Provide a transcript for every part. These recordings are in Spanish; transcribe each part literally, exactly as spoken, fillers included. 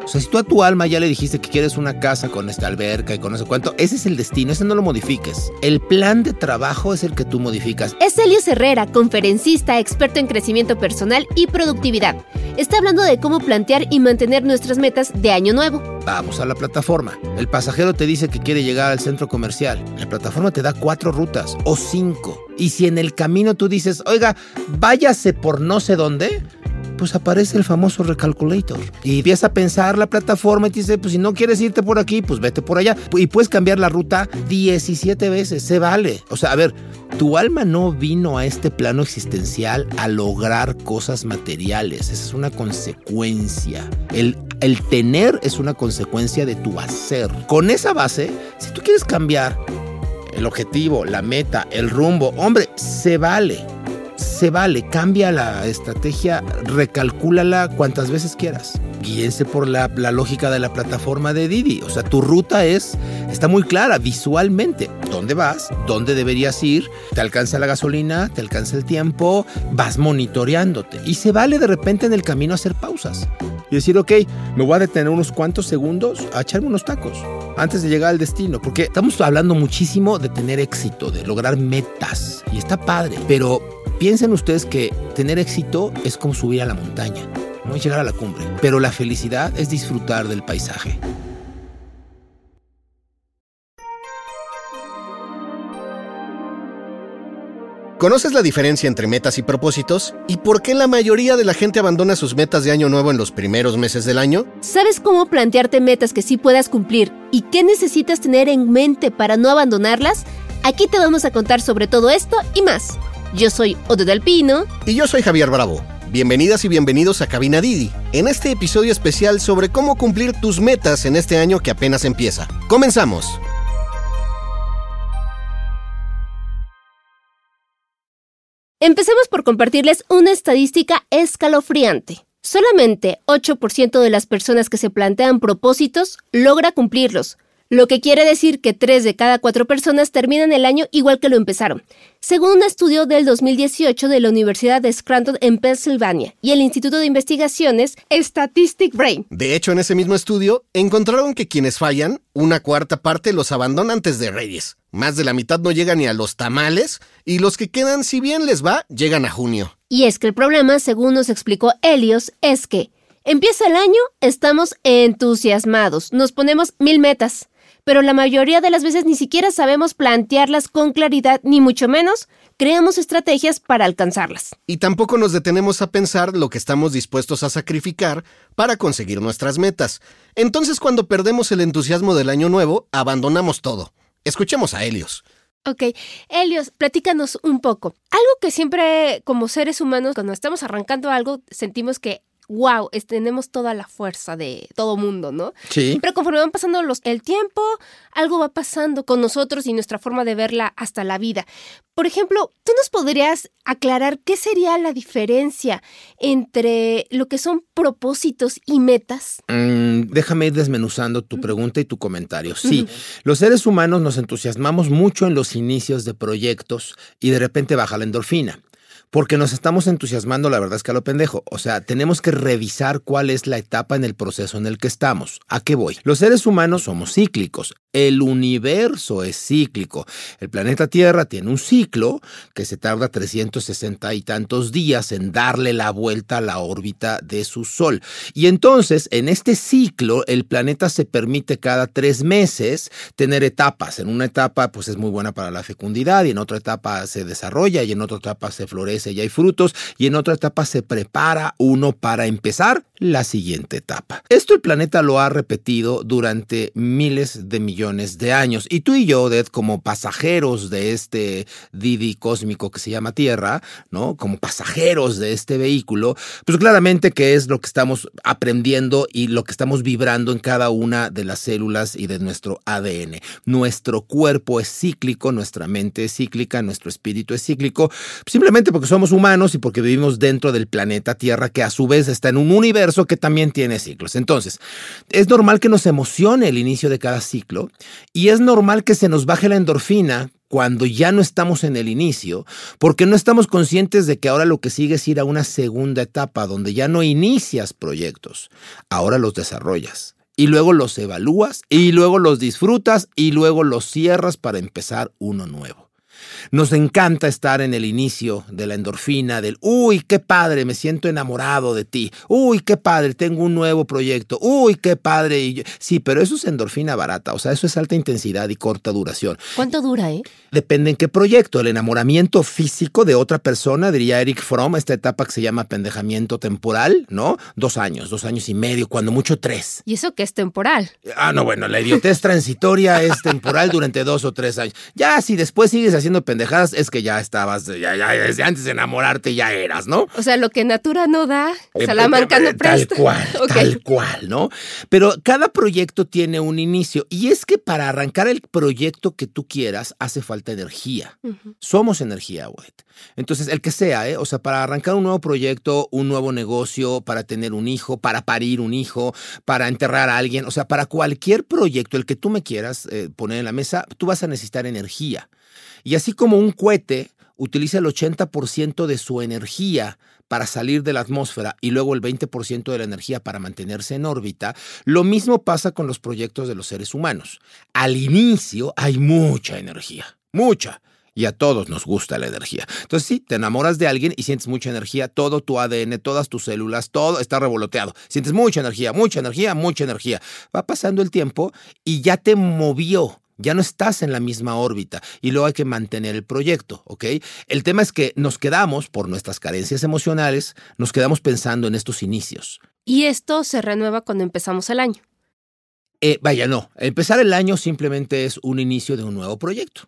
sea, si tú a tu alma ya le dijiste que quieres una casa con esta alberca y con ese cuento, ese es el destino, ese no lo modifiques. El plan de trabajo es el que tú modificas. Es Helios Herrera, conferencista, experto en crecimiento personal y productividad. Está hablando de cómo plantear y mantener nuestras metas de año nuevo. Vamos a la plataforma. El pasajero te dice que quiere llegar al centro comercial. La plataforma te da cuatro rutas o cinco. Y si en el camino tú dices, oiga, váyase por no sé dónde, pues aparece el famoso recalculator. Y empieza a pensar la plataforma y te dice, pues si no quieres irte por aquí, pues vete por allá. Y puedes cambiar la ruta diecisiete veces, se vale. O sea, a ver, tu alma no vino a este plano existencial a lograr cosas materiales. Esa es una consecuencia. El, el tener es una consecuencia de tu hacer. Con esa base, si tú quieres cambiar el objetivo, la meta, el rumbo, hombre, se vale. Se vale, cambia la estrategia, recalcúlala cuantas veces quieras. Guíense por la, la lógica de la plataforma de Didi. O sea, tu ruta es, está muy clara visualmente. ¿Dónde vas? ¿Dónde deberías ir? ¿Te alcanza la gasolina? ¿Te alcanza el tiempo? Vas monitoreándote. Y se vale de repente en el camino hacer pausas. Y decir, ok, me voy a detener unos cuantos segundos a echarme unos tacos antes de llegar al destino. Porque estamos hablando muchísimo de tener éxito, de lograr metas. Y está padre, pero piensen ustedes que tener éxito es como subir a la montaña, no es llegar a la cumbre, pero la felicidad es disfrutar del paisaje. ¿Conoces la diferencia entre metas y propósitos? ¿Y por qué la mayoría de la gente abandona sus metas de año nuevo en los primeros meses del año? ¿Sabes cómo plantearte metas que sí puedas cumplir y qué necesitas tener en mente para no abandonarlas? Aquí te vamos a contar sobre todo esto y más. Yo soy Odo del Pino. Y yo soy Javier Bravo. Bienvenidas y bienvenidos a Cabina Didi, en este episodio especial sobre cómo cumplir tus metas en este año que apenas empieza. ¡Comenzamos! Empecemos por compartirles una estadística escalofriante. Solamente ocho por ciento de las personas que se plantean propósitos logra cumplirlos, lo que quiere decir que tres de cada cuatro personas terminan el año igual que lo empezaron, según un estudio del dos mil dieciocho de la Universidad de Scranton en Pensilvania y el Instituto de Investigaciones Statistic Brain. De hecho, en ese mismo estudio, encontraron que quienes fallan, una cuarta parte los abandona antes de Reyes. Más de la mitad no llegan ni a los tamales, y los que quedan, si bien les va, llegan a junio. Y es que el problema, según nos explicó Helios, es que empieza el año, estamos entusiasmados, nos ponemos mil metas, pero la mayoría de las veces ni siquiera sabemos plantearlas con claridad, ni mucho menos creamos estrategias para alcanzarlas. Y tampoco nos detenemos a pensar lo que estamos dispuestos a sacrificar para conseguir nuestras metas. Entonces, cuando perdemos el entusiasmo del año nuevo, abandonamos todo. Escuchemos a Helios. Ok, Helios, platícanos un poco. Algo que siempre, como seres humanos, cuando estamos arrancando algo, sentimos que wow, es, tenemos toda la fuerza de todo mundo, ¿no? Sí. Pero conforme van pasando los, el tiempo, algo va pasando con nosotros y nuestra forma de verla hasta la vida. Por ejemplo, ¿tú nos podrías aclarar qué sería la diferencia entre lo que son propósitos y metas? Mm, déjame ir desmenuzando tu pregunta y tu comentario. Sí, uh-huh. Los seres humanos nos entusiasmamos mucho en los inicios de proyectos y de repente baja la endorfina. Porque nos estamos entusiasmando, la verdad es que a lo pendejo. O sea, tenemos que revisar cuál es la etapa en el proceso en el que estamos. ¿A qué voy? Los seres humanos somos cíclicos. El universo es cíclico. El planeta Tierra tiene un ciclo que se tarda trescientos sesenta y tantos días en darle la vuelta a la órbita de su Sol. Y entonces, en este ciclo, el planeta se permite cada tres meses tener etapas. En una etapa, pues es muy buena para la fecundidad, y en otra etapa se desarrolla, y en otra etapa se florece y hay frutos, y en otra etapa se prepara uno para empezar la siguiente etapa. Esto el planeta lo ha repetido durante miles de millones de años, y tú y yo, Oded, como pasajeros de este Didi cósmico que se llama Tierra, ¿no? Como pasajeros de este vehículo, pues claramente que es lo que estamos aprendiendo y lo que estamos vibrando en cada una de las células y de nuestro A D N. Nuestro cuerpo es cíclico, nuestra mente es cíclica, nuestro espíritu es cíclico, simplemente porque somos humanos y porque vivimos dentro del planeta Tierra, que a su vez está en un universo que también tiene ciclos. Entonces, es normal que nos emocione el inicio de cada ciclo, y es normal que se nos baje la endorfina cuando ya no estamos en el inicio, porque no estamos conscientes de que ahora lo que sigue es ir a una segunda etapa donde ya no inicias proyectos, ahora los desarrollas y luego los evalúas y luego los disfrutas y luego los cierras para empezar uno nuevo. Nos encanta estar en el inicio de la endorfina, del uy, qué padre, me siento enamorado de ti. Uy, qué padre, tengo un nuevo proyecto. Uy, qué padre. Y yo... Sí, pero eso es endorfina barata, o sea, eso es alta intensidad y corta duración. ¿Cuánto dura, eh? Depende en qué proyecto. El enamoramiento físico de otra persona, diría Eric Fromm, esta etapa que se llama pendejamiento temporal, ¿no? Dos años, dos años y medio, cuando mucho tres. ¿Y eso qué es temporal? Ah, no, bueno, la idiotez transitoria es temporal durante dos o tres años. Ya, si después sigues haciendo pendejadas, es que ya estabas, ya, ya desde antes de enamorarte ya eras, ¿no? O sea, lo que Natura no da, Eh, Salamanca eh, no presta. Tal cual, Okay. tal cual, ¿no? Pero cada proyecto tiene un inicio y es que para arrancar el proyecto que tú quieras hace falta energía. Uh-huh. Somos energía, güey. Entonces, el que sea, ¿eh? O sea, para arrancar un nuevo proyecto, un nuevo negocio, para tener un hijo, para parir un hijo, para enterrar a alguien, o sea, para cualquier proyecto, el que tú me quieras eh, poner en la mesa, tú vas a necesitar energía. Y así como un cohete utiliza el ochenta por ciento de su energía para salir de la atmósfera y luego el veinte por ciento de la energía para mantenerse en órbita, lo mismo pasa con los proyectos de los seres humanos. Al inicio hay mucha energía, mucha. Y a todos nos gusta la energía. Entonces sí, te enamoras de alguien y sientes mucha energía, todo tu A D N, todas tus células, todo está revoloteado. Sientes mucha energía, mucha energía, mucha energía. Va pasando el tiempo y ya te movió. Ya no estás en la misma órbita y luego hay que mantener el proyecto, ¿ok? El tema es que nos quedamos, por nuestras carencias emocionales, nos quedamos pensando en estos inicios. Y esto se renueva cuando empezamos el año. Eh, vaya, no. Empezar el año simplemente es un inicio de un nuevo proyecto.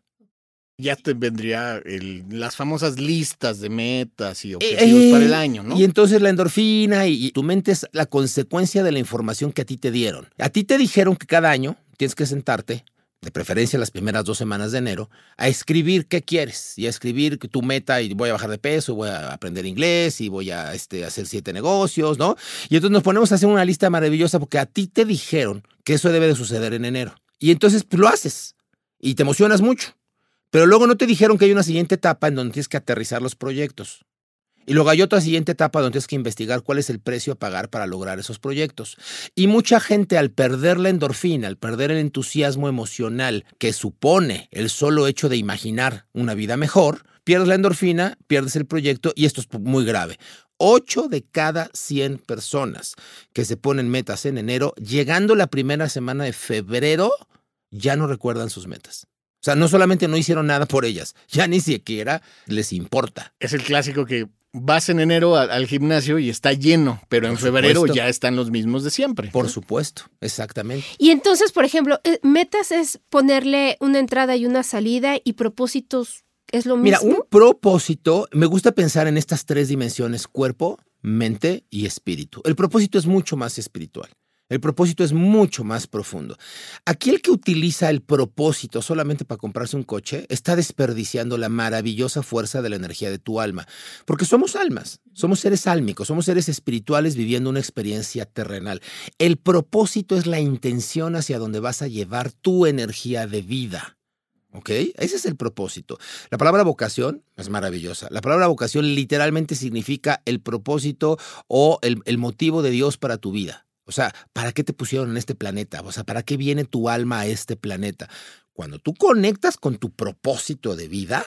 Ya te vendría el, las famosas listas de metas y Eh, objetivos eh, para el año, ¿no? Y entonces la endorfina y, y tu mente es la consecuencia de la información que a ti te dieron. A ti te dijeron que cada año tienes que sentarte, de preferencia las primeras dos semanas de enero, a escribir qué quieres y a escribir tu meta y voy a bajar de peso, voy a aprender inglés y voy a este, hacer siete negocios, ¿no? Y entonces nos ponemos a hacer una lista maravillosa porque a ti te dijeron que eso debe de suceder en enero. Y entonces pues, lo haces y te emocionas mucho. Pero luego no te dijeron que hay una siguiente etapa en donde tienes que aterrizar los proyectos. Y luego hay otra siguiente etapa donde tienes que investigar cuál es el precio a pagar para lograr esos proyectos. Y mucha gente al perder la endorfina, al perder el entusiasmo emocional que supone el solo hecho de imaginar una vida mejor, pierdes la endorfina, pierdes el proyecto y esto es muy grave. Ocho de cada cien personas que se ponen metas en enero, llegando la primera semana de febrero, ya no recuerdan sus metas. O sea, no solamente no hicieron nada por ellas, ya ni siquiera les importa. Es el clásico que vas en enero a, al gimnasio y está lleno, pero en Por febrero supuesto. ya están los mismos de siempre. Por supuesto, exactamente. Y entonces, por ejemplo, eh, metas es ponerle una entrada y una salida y propósitos es lo mismo. Mira, un propósito, me gusta pensar en estas tres dimensiones, cuerpo, mente y espíritu. El propósito es mucho más espiritual. El propósito es mucho más profundo. Aquí el que utiliza el propósito solamente para comprarse un coche está desperdiciando la maravillosa fuerza de la energía de tu alma. Porque somos almas, somos seres álmicos, somos seres espirituales viviendo una experiencia terrenal. El propósito es la intención hacia donde vas a llevar tu energía de vida. ¿Ok? Ese es el propósito. La palabra vocación es maravillosa. La palabra vocación literalmente significa el propósito o el, el motivo de Dios para tu vida. O sea, ¿para qué te pusieron en este planeta? O sea, ¿para qué viene tu alma a este planeta? Cuando tú conectas con tu propósito de vida,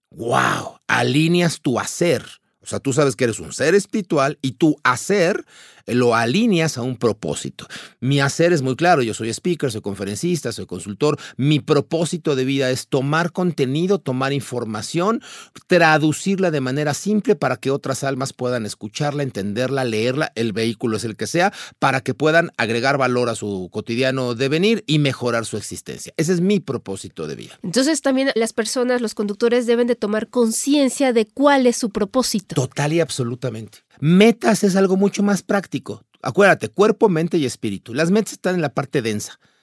¡wow! Alineas tu hacer. O sea, tú sabes que eres un ser espiritual y tu hacer lo alineas a un propósito. Mi hacer es muy claro. Yo soy speaker, soy conferencista, soy consultor. Mi propósito de vida es tomar contenido, tomar información, traducirla de manera simple para que otras almas puedan escucharla, entenderla, leerla. El vehículo es el que sea, para que puedan agregar valor a su cotidiano devenir y mejorar su existencia. Ese es mi propósito de vida. Entonces también las personas, los conductores deben de tomar conciencia de cuál es su propósito. Total y absolutamente. Metas es algo mucho más práctico. Acuérdate, cuerpo, mente y espíritu. Las metas están en la parte densa.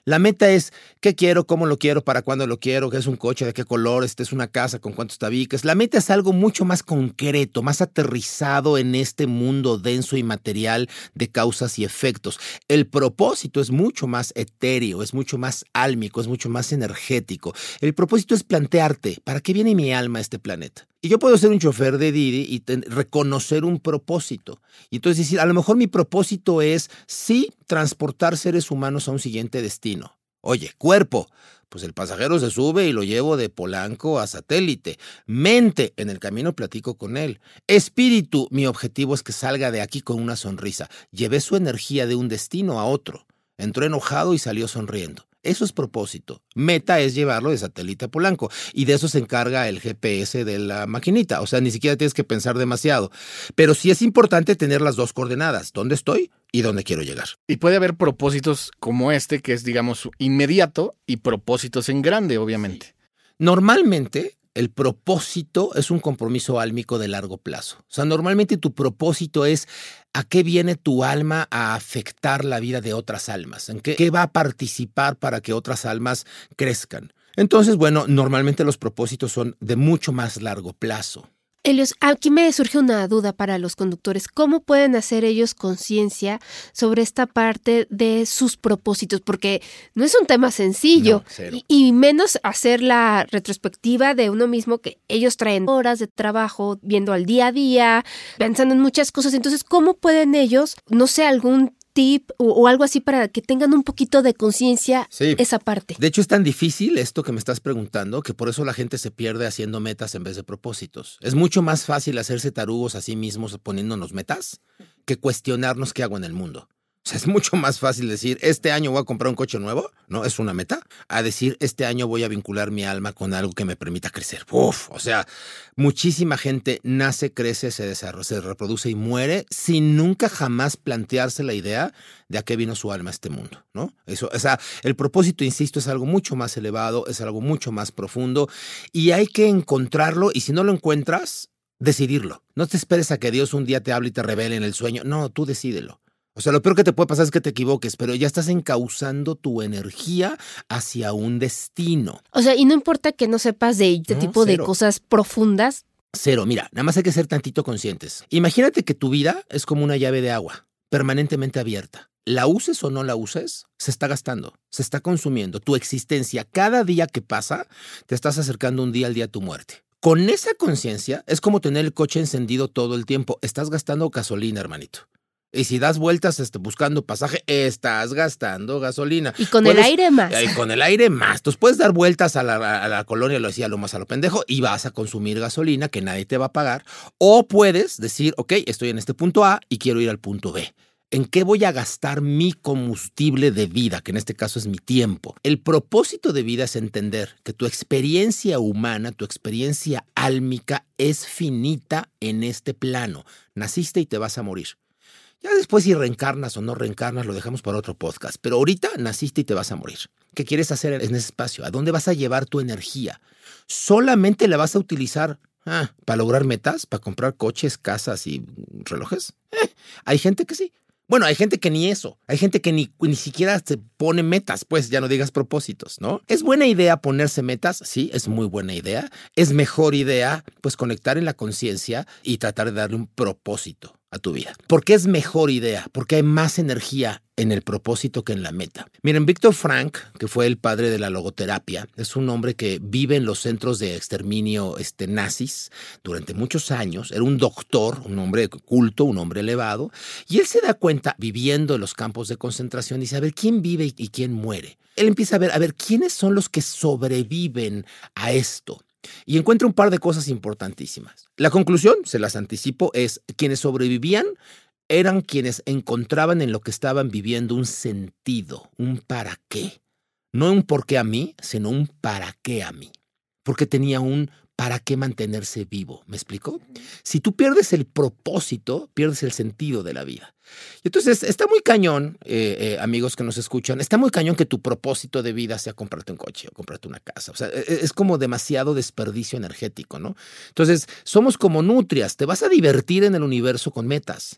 La meta es qué quiero, cómo lo quiero, para cuándo lo quiero, qué es un coche, de qué color, este es una casa, con cuántos tabiques. La meta es algo mucho más concreto, más aterrizado en este mundo denso y material de causas y efectos. El propósito es mucho más etéreo, es mucho más álmico, es mucho más energético. El propósito es plantearte, ¿para qué viene mi alma a este planeta? Y yo puedo ser un chofer de Didi y ten, reconocer un propósito. Y entonces decir, a lo mejor mi propósito es, sí, transportar seres humanos a un siguiente destino. Oye, cuerpo, pues el pasajero se sube y lo llevo de Polanco a Satélite. Mente, en el camino platico con él. Espíritu, mi objetivo es que salga de aquí con una sonrisa. Llevé su energía de un destino a otro. Entró enojado y salió sonriendo. Eso es propósito. Meta es llevarlo de Satélite a Polanco. Y de eso se encarga el G P S de la maquinita. O sea, ni siquiera tienes que pensar demasiado. Pero sí es importante tener las dos coordenadas. ¿Dónde estoy y dónde quiero llegar? Y puede haber propósitos como este, que es, digamos, inmediato, y propósitos en grande, obviamente. Normalmente, el propósito es un compromiso álmico de largo plazo. O sea, normalmente tu propósito es a qué viene tu alma a afectar la vida de otras almas, en qué, qué va a participar para que otras almas crezcan. Entonces, bueno, normalmente los propósitos son de mucho más largo plazo. Helios, aquí me surge una duda para los conductores. ¿Cómo pueden hacer ellos conciencia sobre esta parte de sus propósitos? Porque no es un tema sencillo. No, cero. Y, y menos hacer la retrospectiva de uno mismo, que ellos traen horas de trabajo, viendo al día a día, pensando en muchas cosas. Entonces, ¿cómo pueden ellos, no sé, algún tip o, o algo así para que tengan un poquito de conciencia Sí. esa parte? De hecho, es tan difícil esto que me estás preguntando que por eso la gente se pierde haciendo metas en vez de propósitos. Es mucho más fácil hacerse tarugos a sí mismos poniéndonos metas que cuestionarnos qué hago en el mundo. O sea, es mucho más fácil decir, este año voy a comprar un coche nuevo, ¿no? Es una meta, a decir, este año voy a vincular mi alma con algo que me permita crecer. Uf, o sea, muchísima gente nace, crece, se desarrolla, se reproduce y muere sin nunca jamás plantearse la idea de a qué vino su alma a este mundo, ¿no? Eso, o sea, el propósito, insisto, es algo mucho más elevado, es algo mucho más profundo y hay que encontrarlo, y si no lo encuentras, decidirlo. No te esperes a que Dios un día te hable y te revele en el sueño. No, tú decídelo. O sea, lo peor que te puede pasar es que te equivoques, pero ya estás encauzando tu energía hacia un destino. O sea, y no importa que no sepas de este No, tipo de cero. cosas profundas. Cero, mira, nada más hay que ser tantito conscientes. Imagínate que tu vida es como una llave de agua, permanentemente abierta. La uses o no la uses, se está gastando, se está consumiendo. Tu existencia, cada día que pasa, te estás acercando un día al día de tu muerte. Con esa conciencia, es como tener el coche encendido todo el tiempo. Estás gastando gasolina, hermanito. Y si das vueltas este, buscando pasaje, estás gastando gasolina. Y con Puedes- el aire más. Y con el aire más. Entonces puedes dar vueltas a la, a la colonia, lo decía, lo más a lo pendejo, y vas a consumir gasolina que nadie te va a pagar. O puedes decir, ok, estoy en este punto A y quiero ir al punto B. ¿En qué voy a gastar mi combustible de vida? Que en este caso es mi tiempo. El propósito de vida es entender que tu experiencia humana, tu experiencia álmica es finita en este plano. Naciste y te vas a morir. Ya después si reencarnas o no reencarnas lo dejamos para otro podcast. Pero ahorita naciste y te vas a morir. ¿Qué quieres hacer en ese espacio? ¿A dónde vas a llevar tu energía? ¿Solamente la vas a utilizar ah, para lograr metas? ¿Para comprar coches, casas y relojes? Eh, hay gente que sí. Bueno, hay gente que ni eso. Hay gente que ni, ni siquiera se pone metas, pues ya no digas propósitos, ¿no? ¿Es buena idea ponerse metas? Sí, es muy buena idea. Es mejor idea, pues, conectar en la conciencia y tratar de darle un propósito a tu vida. ¿Por qué es mejor idea? Porque hay más energía en el propósito que en la meta. Miren, Víctor Frank, que fue el padre de la logoterapia, es un hombre que vive en los centros de exterminio este, nazis durante muchos años. Era un doctor, un hombre culto, un hombre elevado, y él se da cuenta, viviendo en los campos de concentración, dice, a ver, ¿quién vive y quién muere? Él empieza a ver, a ver, ¿quiénes son los que sobreviven a esto? Y encuentra un par de cosas importantísimas. La conclusión, se las anticipo, es quienes sobrevivían eran quienes encontraban en lo que estaban viviendo un sentido, un para qué. No un por qué a mí, sino un para qué a mí. Porque tenía un para qué mantenerse vivo. ¿Me explico? Si tú pierdes el propósito, pierdes el sentido de la vida. Y entonces está muy cañón, eh, eh, amigos que nos escuchan, está muy cañón que tu propósito de vida sea comprarte un coche o comprarte una casa. O sea, es como demasiado desperdicio energético, ¿no? Entonces, somos como nutrias, te vas a divertir en el universo con metas.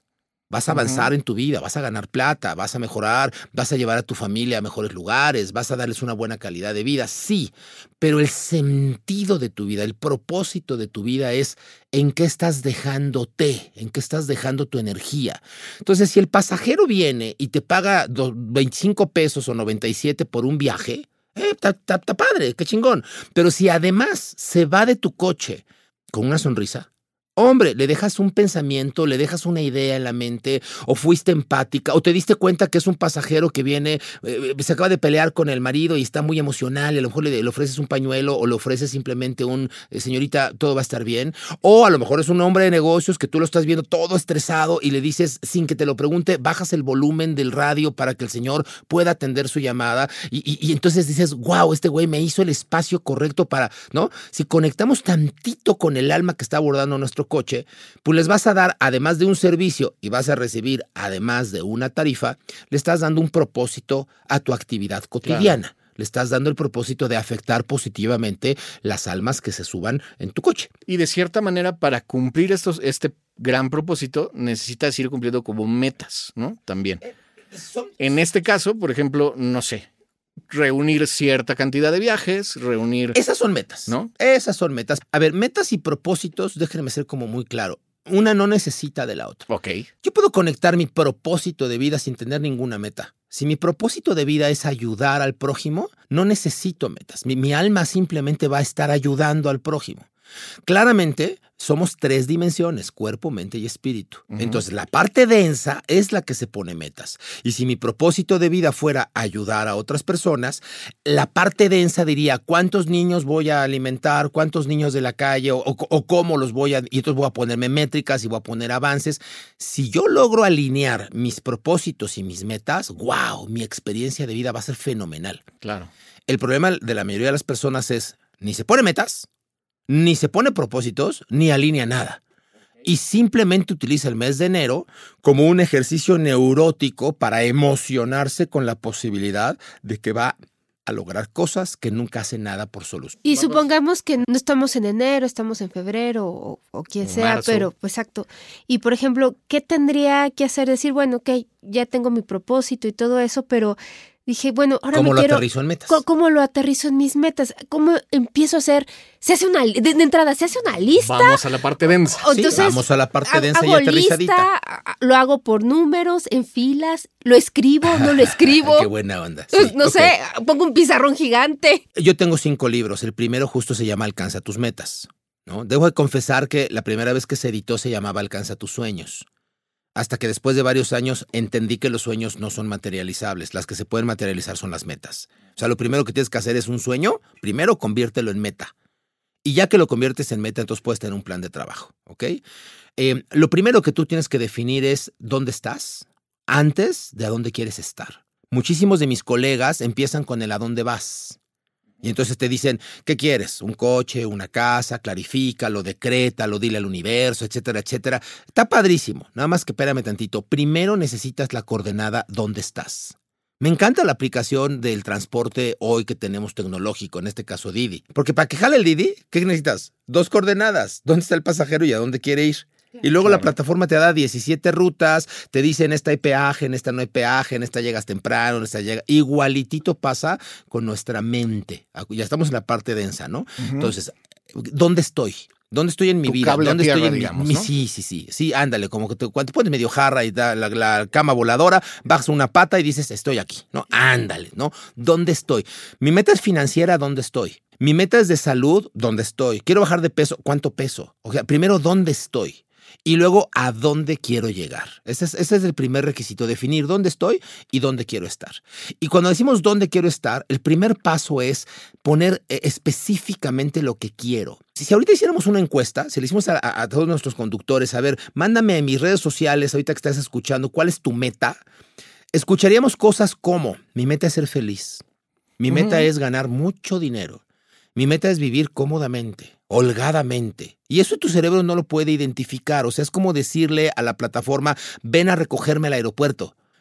Vas a avanzar uh-huh. en tu vida, vas a ganar plata, vas a mejorar, vas a llevar a tu familia a mejores lugares, vas a darles una buena calidad de vida, sí, pero el sentido de tu vida, el propósito de tu vida es en qué estás dejándote, en qué estás dejando tu energía. Entonces, si el pasajero viene y te paga veinticinco pesos o noventa y siete por un viaje, está eh, padre, qué chingón. Pero si además se va de tu coche con una sonrisa, hombre, le dejas un pensamiento, le dejas una idea en la mente, o fuiste empática, o te diste cuenta que es un pasajero que viene, eh, se acaba de pelear con el marido y está muy emocional, y a lo mejor le, le ofreces un pañuelo, o le ofreces simplemente un, eh, señorita, todo va a estar bien, o a lo mejor es un hombre de negocios que tú lo estás viendo todo estresado y le dices, sin que te lo pregunte, bajas el volumen del radio para que el señor pueda atender su llamada, y, y, y entonces dices, wow, este güey me hizo el espacio correcto para, ¿no? Si conectamos tantito con el alma que está abordando nuestro coche, pues les vas a dar, además de un servicio y vas a recibir, además de una tarifa, le estás dando un propósito a tu actividad cotidiana. Claro. Le estás dando el propósito de afectar positivamente las almas que se suban en tu coche. Y de cierta manera, para cumplir estos, este gran propósito, necesitas ir cumpliendo como metas, ¿no? También. Eh, son... En este caso, por ejemplo, no sé, reunir cierta cantidad de viajes, reunir... Esas son metas, ¿no? Esas son metas. A ver, metas y propósitos, déjenme ser como muy claro. Una no necesita de la otra. Ok. Yo puedo conectar mi propósito de vida sin tener ninguna meta. Si mi propósito de vida es ayudar al prójimo, no necesito metas. Mi, mi alma simplemente va a estar ayudando al prójimo. Claramente, somos tres dimensiones, cuerpo, mente y espíritu. Uh-huh. Entonces, la parte densa es la que se pone metas. Y si mi propósito de vida fuera ayudar a otras personas, la parte densa diría cuántos niños voy a alimentar, cuántos niños de la calle o, o, o cómo los voy a... Y entonces voy a ponerme métricas y voy a poner avances. Si yo logro alinear mis propósitos y mis metas, wow, mi experiencia de vida va a ser fenomenal. Claro. El problema de la mayoría de las personas es ni se pone metas, ni se pone propósitos, ni alinea nada. Y simplemente utiliza el mes de enero como un ejercicio neurótico para emocionarse con la posibilidad de que va a lograr cosas que nunca hace nada por solución. Y supongamos que no estamos en enero, estamos en febrero o, o quien o sea, marzo. Pero pues exacto. Y por ejemplo, ¿qué tendría que hacer? Decir, bueno, ok, ya tengo mi propósito y todo eso, pero... Dije, bueno, ahora ¿Cómo me lo quiero... aterrizo en metas? ¿Cómo, ¿Cómo lo aterrizo en mis metas? ¿Cómo empiezo a hacer? ¿Se hace una... De, de entrada, ¿se hace una lista? Vamos a la parte densa. O, entonces, sí, vamos a la parte densa hago y aterrizadita. Lista, lo hago por números, en filas, lo escribo, no lo escribo. Qué buena onda. Sí, no okay. sé, pongo un pizarrón gigante. Yo tengo cinco libros. El primero justo se llama Alcanza tus metas, ¿no? Debo de confesar que la primera vez que se editó se llamaba Alcanza tus sueños. Hasta que después de varios años entendí que los sueños no son materializables. Las que se pueden materializar son las metas. O sea, lo primero que tienes que hacer es un sueño. Primero, conviértelo en meta. Y ya que lo conviertes en meta, entonces puedes tener un plan de trabajo, ¿ok? Eh, lo primero que tú tienes que definir es dónde estás antes de a dónde quieres estar. Muchísimos de mis colegas empiezan con el a dónde vas. Y entonces te dicen, ¿qué quieres? ¿Un coche, una casa? Clarifícalo, decrétalo, dile al universo, etcétera, etcétera. Está padrísimo. Nada más que espérame tantito. Primero necesitas la coordenada ¿dónde estás? Me encanta la aplicación del transporte hoy que tenemos tecnológico, en este caso Didi. Porque para que jale el Didi, ¿qué necesitas? Dos coordenadas. ¿Dónde está el pasajero y a dónde quiere ir? Y luego claro. La plataforma te da diecisiete rutas, te dice en esta hay peaje, en esta no hay peaje, en esta llegas temprano, en esta llega... Igualitito pasa con nuestra mente. Ya estamos en la parte densa, ¿no? Uh-huh. Entonces, ¿dónde estoy? ¿Dónde estoy en mi tu vida? Cable ¿Dónde a tierra, estoy en digamos, mi... ¿no? Sí, sí, sí. Sí, ándale, como que te, cuando te pones medio jarra y da la, la cama voladora, bajas una pata y dices, estoy aquí, ¿no? Ándale, ¿no? ¿Dónde estoy? Mi meta es financiera, ¿dónde estoy? Mi meta es de salud, ¿dónde estoy? Quiero bajar de peso, ¿cuánto peso? O sea, primero, ¿dónde estoy? Y luego, ¿a dónde quiero llegar? Ese es, ese es el primer requisito, definir dónde estoy y dónde quiero estar. Y cuando decimos dónde quiero estar, el primer paso es poner eh, específicamente lo que quiero. Si, si ahorita hiciéramos una encuesta, si le hicimos a, a, a todos nuestros conductores, a ver, mándame en mis redes sociales, ahorita que estás escuchando, ¿cuál es tu meta? Escucharíamos cosas como, mi meta es ser feliz, mi meta uh-huh. es ganar mucho dinero, mi meta es vivir cómodamente, holgadamente. Y eso tu cerebro no lo puede identificar. O sea, es como decirle a la plataforma, ven a recogerme al aeropuerto.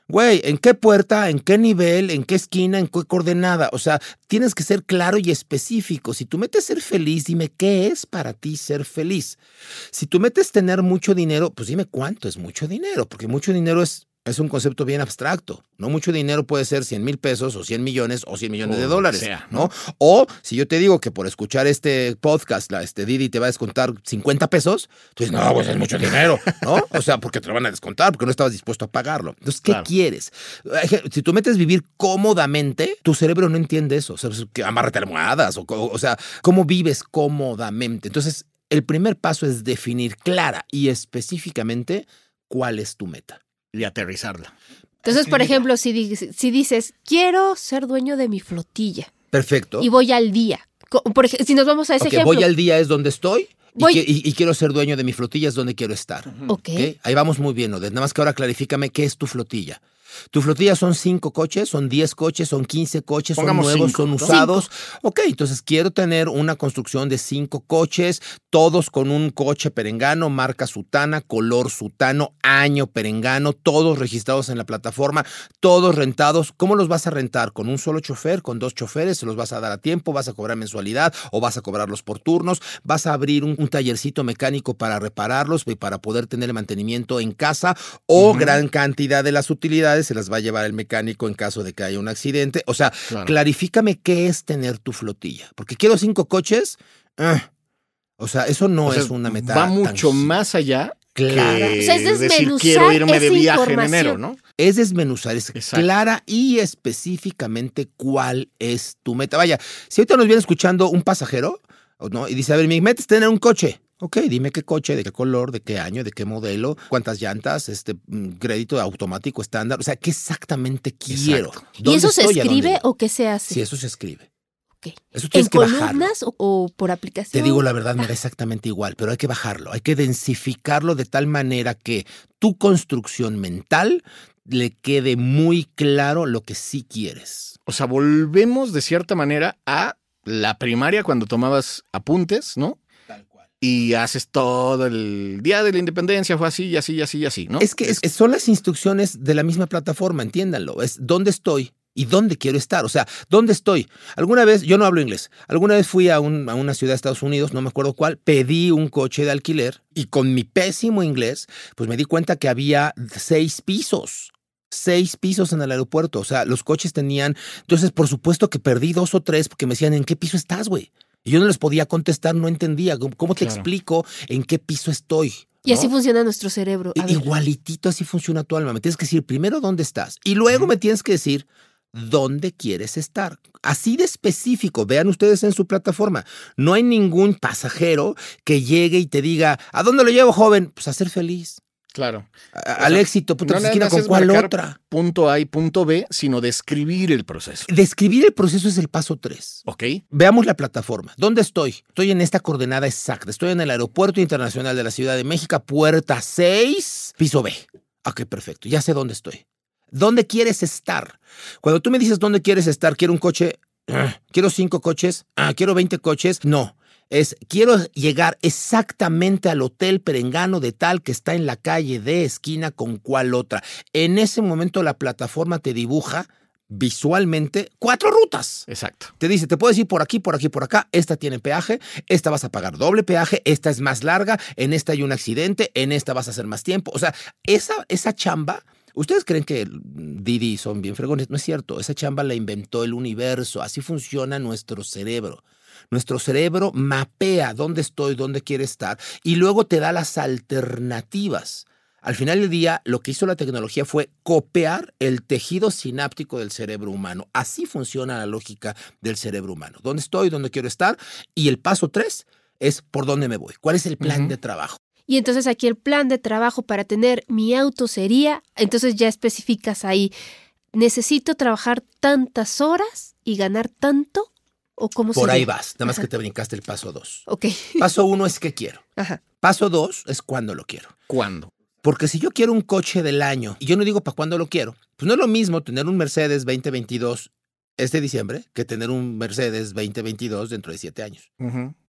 Güey, ¿en qué puerta, en qué nivel, en qué esquina, en qué coordenada? O sea, tienes que ser claro y específico. Si tú metes ser feliz, dime qué es para ti ser feliz. Si tú metes tener mucho dinero, pues dime cuánto es mucho dinero, porque mucho dinero es, es un concepto bien abstracto. No mucho dinero puede ser cien mil pesos o cien millones o cien millones O de lo que dólares, sea, ¿no? ¿no? O si yo te digo que por escuchar este podcast, la, este Didi te va a descontar cincuenta pesos, tú dices, no, pues es mucho dinero, ¿no? O sea, porque te lo van a descontar, porque no estabas dispuesto a pagarlo. Entonces, ¿qué Claro. quieres? Si tú metes vivir cómodamente, tu cerebro no entiende eso. O sea, que amárrate almohadas, o, o, o sea, ¿cómo vives cómodamente? Entonces, el primer paso es definir clara y específicamente cuál es tu meta. Y aterrizarla. Entonces, por Escribirla. ejemplo, si, di- si dices, quiero ser dueño de mi flotilla Perfecto. y voy al día. Co- Por ejemplo, si nos vamos a ese Ok, ejemplo. voy al día es donde estoy y, Voy- que- y- y quiero ser dueño de mi flotilla es donde quiero estar. Ok. ¿Ok? Ahí vamos muy bien, Odette. Nada más que ahora clarifícame qué es tu flotilla. Tu flotilla son cinco coches, son diez coches, son quince coches, Pongamos son nuevos, cinco, son ¿no? usados. Ok, entonces quiero tener una construcción de cinco coches, todos con un coche perengano, marca Sutana, color Sutano, año perengano, todos registrados en la plataforma, todos rentados. ¿Cómo los vas a rentar? ¿Con un solo chofer? ¿Con dos choferes? ¿Se los vas a dar a tiempo? ¿Vas a cobrar mensualidad o vas a cobrarlos por turnos? ¿Vas a abrir un, un tallercito mecánico para repararlos y para poder tener el mantenimiento en casa? ¿O Ujú. gran cantidad de las utilidades se las va a llevar el mecánico en caso de que haya un accidente? O sea, Claro. clarifícame qué es tener tu flotilla. Porque quiero cinco coches. ah, o sea, eso no O sea, es una meta. va mucho tangible. más allá Clara. que O sea, es decir desmenuzar quiero irme de esa viaje en información. enero, ¿no? Es desmenuzar, es Exacto. clara y específicamente cuál es tu meta. Vaya, si ahorita nos viene escuchando un pasajero, ¿no? Y dice, a ver, mi meta es tener un coche. Ok, dime qué coche, de qué color, de qué año, de qué modelo, cuántas llantas, este mm, crédito automático estándar. O sea, ¿qué exactamente quiero? Exacto. ¿Y ¿Dónde eso se estoy? ¿A dónde escribe voy? o qué se hace? Sí, eso se escribe. Ok. Eso ¿En tienes que bajarlo. columnas o, o por aplicación? Te digo la verdad, me da exactamente igual, pero hay que bajarlo, hay que densificarlo de tal manera que tu construcción mental le quede muy claro lo que sí quieres. O sea, volvemos de cierta manera a la primaria cuando tomabas apuntes, ¿no? Tal cual. Y haces todo el día de la independencia, fue así y así y así y así, ¿no? Es que es- son las instrucciones de la misma plataforma, entiéndanlo. Es dónde estoy y dónde quiero estar. O sea, ¿dónde estoy? Alguna vez, yo no hablo inglés, alguna vez fui a, un- a una ciudad de Estados Unidos, no me acuerdo cuál, pedí un coche de alquiler y con mi pésimo inglés, pues me di cuenta que había seis pisos. Seis pisos en el aeropuerto. O sea, los coches tenían. Entonces, por supuesto que perdí dos o tres porque me decían, ¿en qué piso estás, güey? Y yo no les podía contestar, no entendía. ¿Cómo, cómo te Claro. explico en qué piso estoy? Y así ¿no? funciona nuestro cerebro. A I- ver. Igualitito así funciona tu alma. Me tienes que decir primero dónde estás y luego Ujú. me tienes que decir dónde quieres estar. Así de específico. Vean ustedes en su plataforma. No hay ningún pasajero que llegue y te diga, ¿a dónde lo llevo, joven? Pues a ser feliz. Claro. A- O al sea, éxito. Puta, no pues, nada esquina más con es cuál marcar otra. punto A y punto B, sino describir el proceso. Describir el proceso es el paso tres. ¿Ok? Veamos la plataforma. ¿Dónde estoy? Estoy en esta coordenada exacta. Estoy en el Aeropuerto Internacional de la Ciudad de México, puerta seis, piso B. Ok, perfecto. Ya sé dónde estoy. ¿Dónde quieres estar? Cuando tú me dices dónde quieres estar, quiero un coche, ah, quiero cinco coches, ah, quiero veinte coches, no. Es, quiero llegar exactamente al hotel perengano de tal que está en la calle de esquina con cuál otra. En ese momento la plataforma te dibuja visualmente cuatro rutas. Exacto. Te dice, te puedes ir por aquí, por aquí, por acá. Esta tiene peaje, esta vas a pagar doble peaje, esta es más larga, en esta hay un accidente, en esta vas a hacer más tiempo. O sea, esa, esa chamba, ustedes creen que Didi son bien fregones, no es cierto. Esa chamba la inventó el universo, así funciona nuestro cerebro. Nuestro cerebro mapea dónde estoy, dónde quiere estar y luego te da las alternativas. Al final del día, lo que hizo la tecnología fue copiar el tejido sináptico del cerebro humano. Así funciona la lógica del cerebro humano. ¿Dónde estoy? ¿Dónde quiero estar? Y el paso tres es por dónde me voy. ¿Cuál es el plan Ujú. de trabajo? Y entonces aquí el plan de trabajo para tener mi auto sería, entonces ya especificas ahí, necesito trabajar tantas horas y ganar tanto, o cómo Por sería? ahí vas. Nada más Ajá. que te brincaste el paso dos. Ok. Paso uno es qué quiero. Ajá. Paso dos es cuándo lo quiero. ¿Cuándo? Porque si yo quiero un coche del año y yo no digo para cuándo lo quiero, pues no es lo mismo tener un Mercedes veinte veintidós este diciembre que tener un Mercedes veinte veintidós dentro de siete años. Ujú.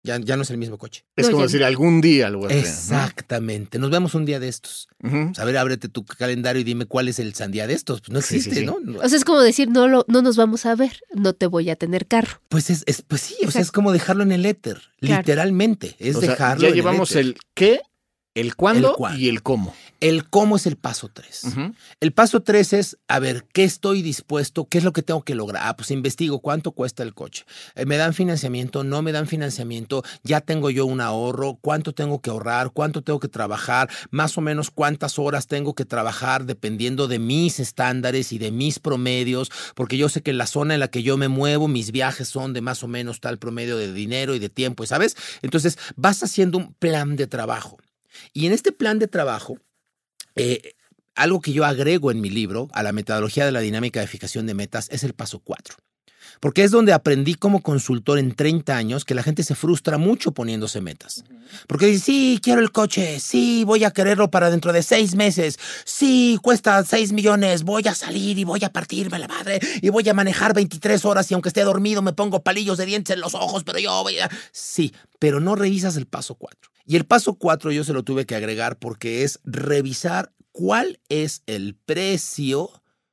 Ya, ya no es el mismo coche. Es No, como ya- decir, algún día lo voy a tener, ¿no? Exactamente. Nos vemos un día de estos. Ujú. A ver, ábrete tu calendario y dime cuál es el sandía de estos. Pues no Sí, existe, sí, sí. ¿no? O sea, es como decir, no, lo, no nos vamos a ver, no te voy a tener carro. Pues es, es- pues sí, o sea, Exacto. es como dejarlo en el éter, Claro. literalmente. Es O sea, dejarlo ya en llevamos el éter. el qué, el cuándo, El cuándo. y el cómo. El cómo es el paso tres. Ujú. El paso tres es, a ver, ¿qué estoy dispuesto? ¿Qué es lo que tengo que lograr? Ah, pues investigo cuánto cuesta el coche. Eh, ¿Me dan financiamiento? ¿No me dan financiamiento? ¿Ya tengo yo un ahorro? ¿Cuánto tengo que ahorrar? ¿Cuánto tengo que trabajar? Más o menos cuántas horas tengo que trabajar dependiendo de mis estándares y de mis promedios, porque yo sé que en la zona en la que yo me muevo, mis viajes son de más o menos tal promedio de dinero y de tiempo, ¿sabes? Entonces vas haciendo un plan de trabajo. Y en este plan de trabajo, eh, algo que yo agrego en mi libro a la metodología de la dinámica de fijación de metas es el paso cuatro. Porque es donde aprendí como consultor en treinta años que la gente se frustra mucho poniéndose metas. Porque dice, sí, quiero el coche, sí, voy a quererlo para dentro de seis meses, sí, cuesta seis millones, voy a salir y voy a partirme la madre y voy a manejar veintitrés horas y aunque esté dormido me pongo palillos de dientes en los ojos, pero yo voy a... Sí, pero no revisas el paso cuatro. Y el paso cuatro yo se lo tuve que agregar porque es revisar cuál es el precio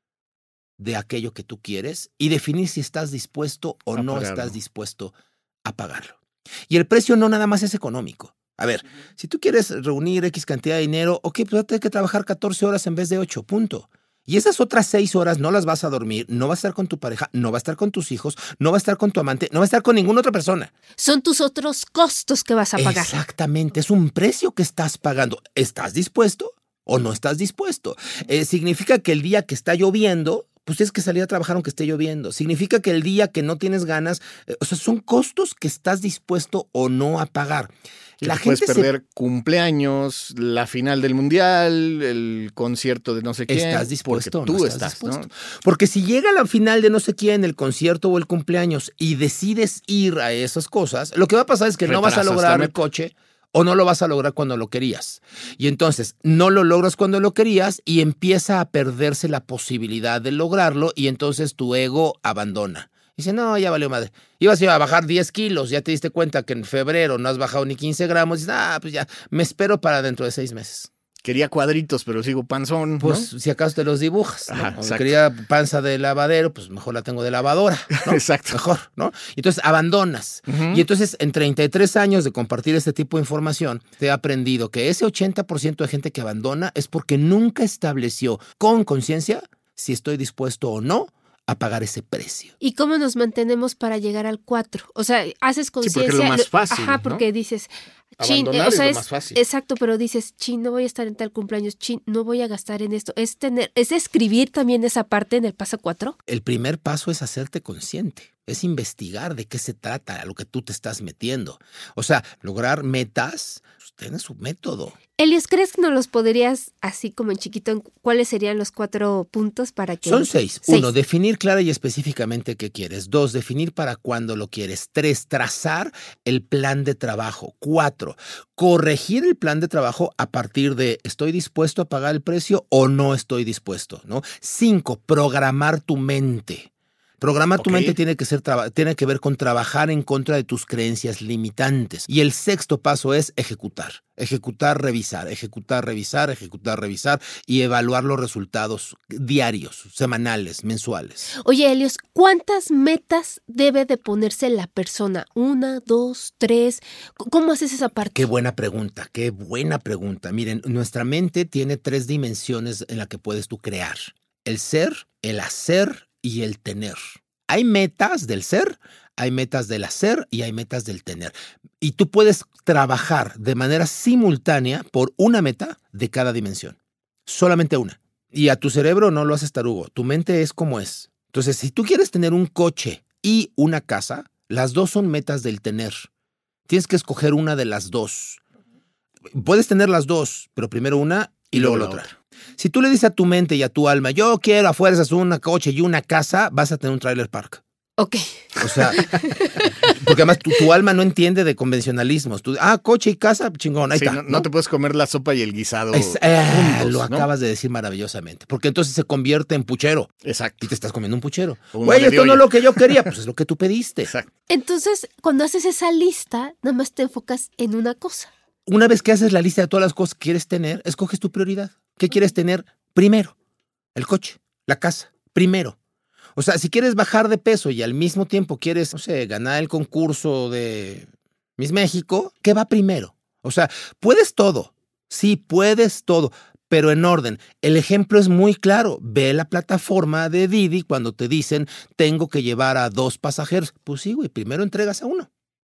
de aquello que tú quieres y definir si estás dispuesto o A no pagarlo. estás dispuesto a pagarlo. Y el precio no nada más es económico. A ver, si tú quieres reunir X cantidad de dinero, ok, pues vas a tener que trabajar catorce horas en vez de ocho, punto. Y esas otras seis horas no las vas a dormir, no vas a estar con tu pareja, no vas a estar con tus hijos, no vas a estar con tu amante, no vas a estar con ninguna otra persona. Son tus otros costos que vas a pagar. Exactamente, es un precio que estás pagando. ¿Estás dispuesto o no estás dispuesto? Eh, significa que el día que está lloviendo, pues tienes que salir a trabajar aunque esté lloviendo. Significa que el día que no tienes ganas, eh, o sea, son costos que estás dispuesto o no a pagar. Que La te puedes gente se- perder cumpleaños, la final del mundial, el concierto de no sé quién. ¿Estás dispuesto o porque no tú estás estás, dispuesto? ¿no? Porque si llega la final de no sé quién, el concierto o el cumpleaños, y decides ir a esas cosas, lo que va a pasar es que no vas a Retrasas la lograr el meta. coche o no lo vas a lograr cuando lo querías. Y entonces no lo logras cuando lo querías y empieza a perderse la posibilidad de lograrlo y entonces tu ego abandona. Dice, no, ya valió madre. Ibas a bajar diez kilos, ya te diste cuenta que en febrero no has bajado ni quince gramos. Dices, ah, pues ya, me espero para dentro de seis meses. Quería cuadritos, pero sigo panzón. Pues ¿no? si acaso te los dibujas. ¿no? Ajá, O exacto. quería panza de lavadero, pues mejor la tengo de lavadora. ¿no? Exacto. Mejor, ¿no? Entonces abandonas. Ujú. Y entonces en treinta y tres años de compartir este tipo de información, te he aprendido que ese ochenta por ciento de gente que abandona es porque nunca estableció con conciencia si estoy dispuesto o no a pagar ese precio. ¿Y cómo nos mantenemos para llegar al cuatro? O sea, haces porque es conciencia. lo más fácil, Ajá, ¿no? porque dices, chin, Abandonar o sea, es es lo más fácil. exacto, pero dices, chin, no voy a estar en tal cumpleaños, chin, no voy a gastar en esto. Es tener, es escribir también esa parte en el paso cuatro. El primer paso es hacerte consciente, es investigar de qué se trata, a lo que tú te estás metiendo. O sea, lograr metas, pues, tiene su método. Elios, ¿crees que nos los podrías, así como en chiquito, en cuáles serían los cuatro puntos para que... Son seis. Seis. Uno, definir clara y específicamente qué quieres. Dos, definir para cuándo lo quieres. Tres, trazar el plan de trabajo. Cuatro, corregir el plan de trabajo a partir de estoy dispuesto a pagar el precio o no estoy dispuesto, ¿no? Cinco, programar tu mente. Programar tu Ok. mente tiene que, ser traba- tiene que ver con trabajar en contra de tus creencias limitantes. Y el sexto paso es ejecutar. Ejecutar, revisar, ejecutar, revisar, ejecutar, revisar y evaluar los resultados diarios, semanales, mensuales. Oye, Elios, ¿cuántas metas debe de ponerse la persona? ¿Una, dos, tres? C- ¿Cómo haces esa parte? Qué buena pregunta, qué buena pregunta. Miren, nuestra mente tiene tres dimensiones en las que puedes tú crear. El ser, el hacer y el tener. Hay metas del ser, hay metas del hacer y hay metas del tener. Y tú puedes trabajar de manera simultánea por una meta de cada dimensión. Solamente una. Y a tu cerebro no lo haces tarugo. Tu mente es como es. Entonces, si tú quieres tener un coche y una casa, las dos son metas del tener. Tienes que escoger una de las dos. Puedes tener las dos, pero primero una y, Y luego luego la la otra. Si tú le dices a tu mente y a tu alma, yo quiero a fuerzas un coche y una casa, vas a tener un trailer park. Ok. O sea, porque además tu, tu alma no entiende de convencionalismos. Tú, ah, coche y casa, chingón, ahí Sí, está. no, ¿no? no te puedes comer la sopa y el guisado Es- eh, juntos, lo ¿no? acabas de decir maravillosamente. Porque entonces se convierte en puchero. Exacto. Y te estás comiendo un puchero. Un Güey, mole de esto no es olla. lo que yo quería. Pues es lo que tú pediste. Exacto. Entonces, cuando haces esa lista, nada más te enfocas en una cosa. Una vez que haces la lista de todas las cosas que quieres tener, escoges tu prioridad. ¿Qué quieres tener primero? El coche, la casa, primero. O sea, si quieres bajar de peso y al mismo tiempo quieres, no sé, ganar el concurso de Miss México, ¿qué va primero? O sea, puedes todo. Sí, puedes todo, pero en orden. El ejemplo es muy claro. Ve la plataforma de Didi cuando te dicen, tengo que llevar a dos pasajeros. Pues sí, güey, primero entregas a uno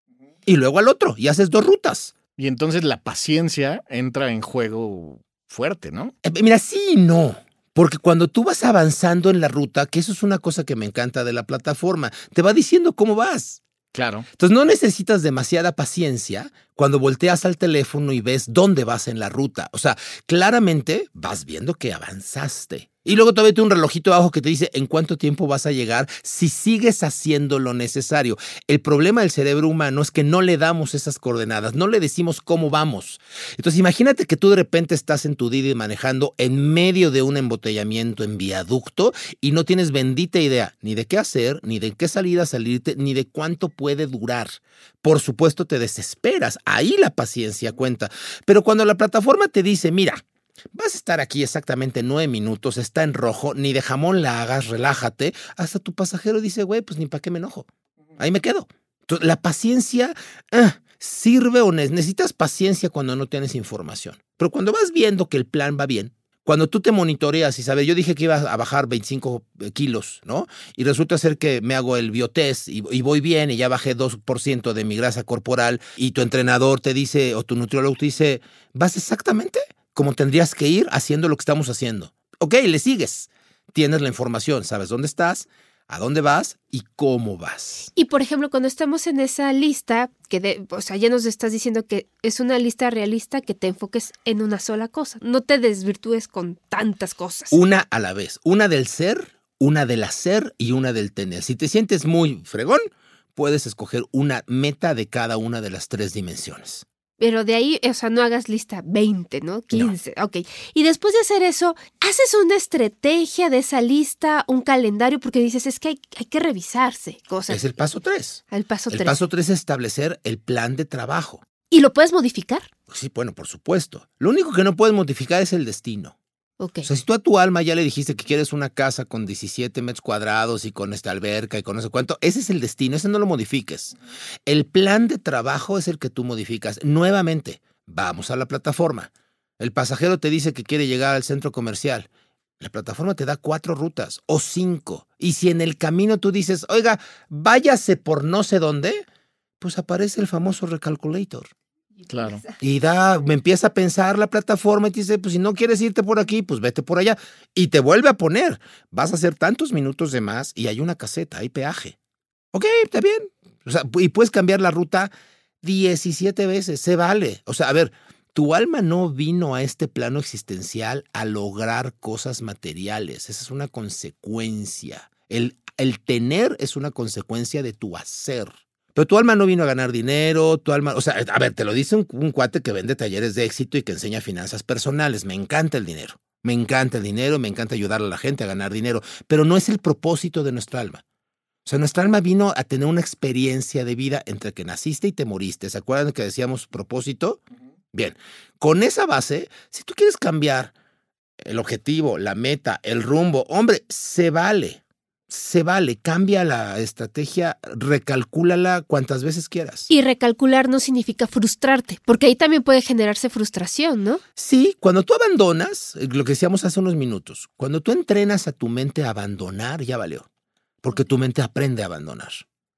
y luego al otro y haces dos rutas. Y entonces la paciencia entra en juego fuerte, ¿no? Eh, Mira, sí y no. Porque cuando tú vas avanzando en la ruta, que eso es una cosa que me encanta de la plataforma, te va diciendo cómo vas. Claro. Entonces no necesitas demasiada paciencia cuando volteas al teléfono y ves dónde vas en la ruta. O sea, claramente vas viendo que avanzaste. Y luego todavía tiene un relojito abajo que te dice en cuánto tiempo vas a llegar si sigues haciendo lo necesario. El problema del cerebro humano es que no le damos esas coordenadas, no le decimos cómo vamos. Entonces imagínate que tú de repente estás en tu Didi manejando en medio de un embotellamiento en viaducto y no tienes bendita idea ni de qué hacer, ni de qué salida salirte, ni de cuánto puede durar. Por supuesto te desesperas, ahí la paciencia cuenta. Pero cuando la plataforma te dice, mira, vas a estar aquí exactamente nueve minutos, está en rojo, ni de jamón la hagas, relájate. Hasta tu pasajero dice, güey, pues ni para qué me enojo. Ahí me quedo. Entonces, la paciencia eh, sirve o ne- necesitas paciencia cuando no tienes información. Pero cuando vas viendo que el plan va bien, cuando tú te monitoreas y sabes, yo dije que iba a bajar veinticinco kilos, ¿no? Y resulta ser que me hago el biotest y, y voy bien y ya bajé dos por ciento de mi grasa corporal y tu entrenador te dice, o tu nutriólogo te dice, vas exactamente como tendrías que ir haciendo lo que estamos haciendo. Ok, le sigues. Tienes la información, sabes dónde estás, a dónde vas y cómo vas. Y por ejemplo, cuando estamos en esa lista, que de, o sea, ya nos estás diciendo que es una lista realista, que te enfoques en una sola cosa. No te desvirtúes con tantas cosas. Una a la vez. Una del ser, una del hacer y una del tener. Si te sientes muy fregón, puedes escoger una meta de cada una de las tres dimensiones. Pero de ahí, o sea, no hagas lista veinte, ¿no? quince. No. Ok. Y después de hacer eso, haces una estrategia de esa lista, un calendario, porque dices, es que hay, hay que revisarse cosas. Es el paso tres. El paso El tres. paso tres es establecer el plan de trabajo. ¿Y lo puedes modificar? Sí, bueno, por supuesto. Lo único que no puedes modificar es el destino. Ok. O sea, si tú a tu alma ya le dijiste que quieres una casa con diecisiete metros cuadrados y con esta alberca y con no sé cuánto, ese es el destino, ese no lo modifiques. El plan de trabajo es el que tú modificas. Nuevamente, vamos a la plataforma. El pasajero te dice que quiere llegar al centro comercial. La plataforma te da cuatro rutas o cinco. Y si en el camino tú dices, oiga, váyase por no sé dónde, pues aparece el famoso recalculator. Claro. Y da, me empieza a pensar la plataforma y te dice, pues si no quieres irte por aquí, pues vete por allá. Y te vuelve a poner, vas a hacer tantos minutos de más y hay una caseta, hay peaje. Ok, está bien. O sea, y puedes cambiar la ruta diecisiete veces, se vale. O sea, a ver, tu alma no vino a este plano existencial a lograr cosas materiales. Esa es una consecuencia. El, el tener es una consecuencia de tu hacer. Pero tu alma no vino a ganar dinero, tu alma, o sea, a ver, te lo dice un, un cuate que vende talleres de éxito y que enseña finanzas personales. Me encanta el dinero, me encanta el dinero, me encanta ayudar a la gente a ganar dinero, pero no es el propósito de nuestra alma. O sea, nuestra alma vino a tener una experiencia de vida entre que naciste y te moriste. ¿Se acuerdan que decíamos propósito? Bien, con esa base, si tú quieres cambiar el objetivo, la meta, el rumbo, hombre, se vale. Se vale, cambia la estrategia, recalcúlala cuantas veces quieras. Y recalcular no significa frustrarte, porque ahí también puede generarse frustración, ¿no? Sí, cuando tú abandonas, lo que decíamos hace unos minutos, cuando tú entrenas a tu mente a abandonar, ya valió, porque tu mente aprende a abandonar.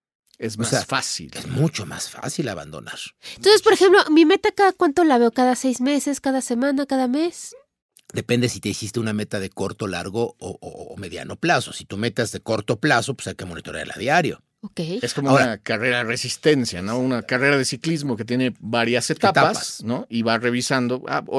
Es más o sea, fácil. Es mucho más fácil abandonar. Entonces, por ejemplo, mi meta, ¿cada cuánto la veo? ¿Cada seis meses, cada semana, cada mes? Depende si te hiciste una meta de corto, largo o, o, o mediano plazo. Si tu meta es de corto plazo, pues hay que monitorearla a diario. Ok. Es como Ahora, una carrera de resistencia, ¿no? Una carrera de ciclismo que tiene varias etapas, Etapas. ¿no? Y va revisando, ah, hoy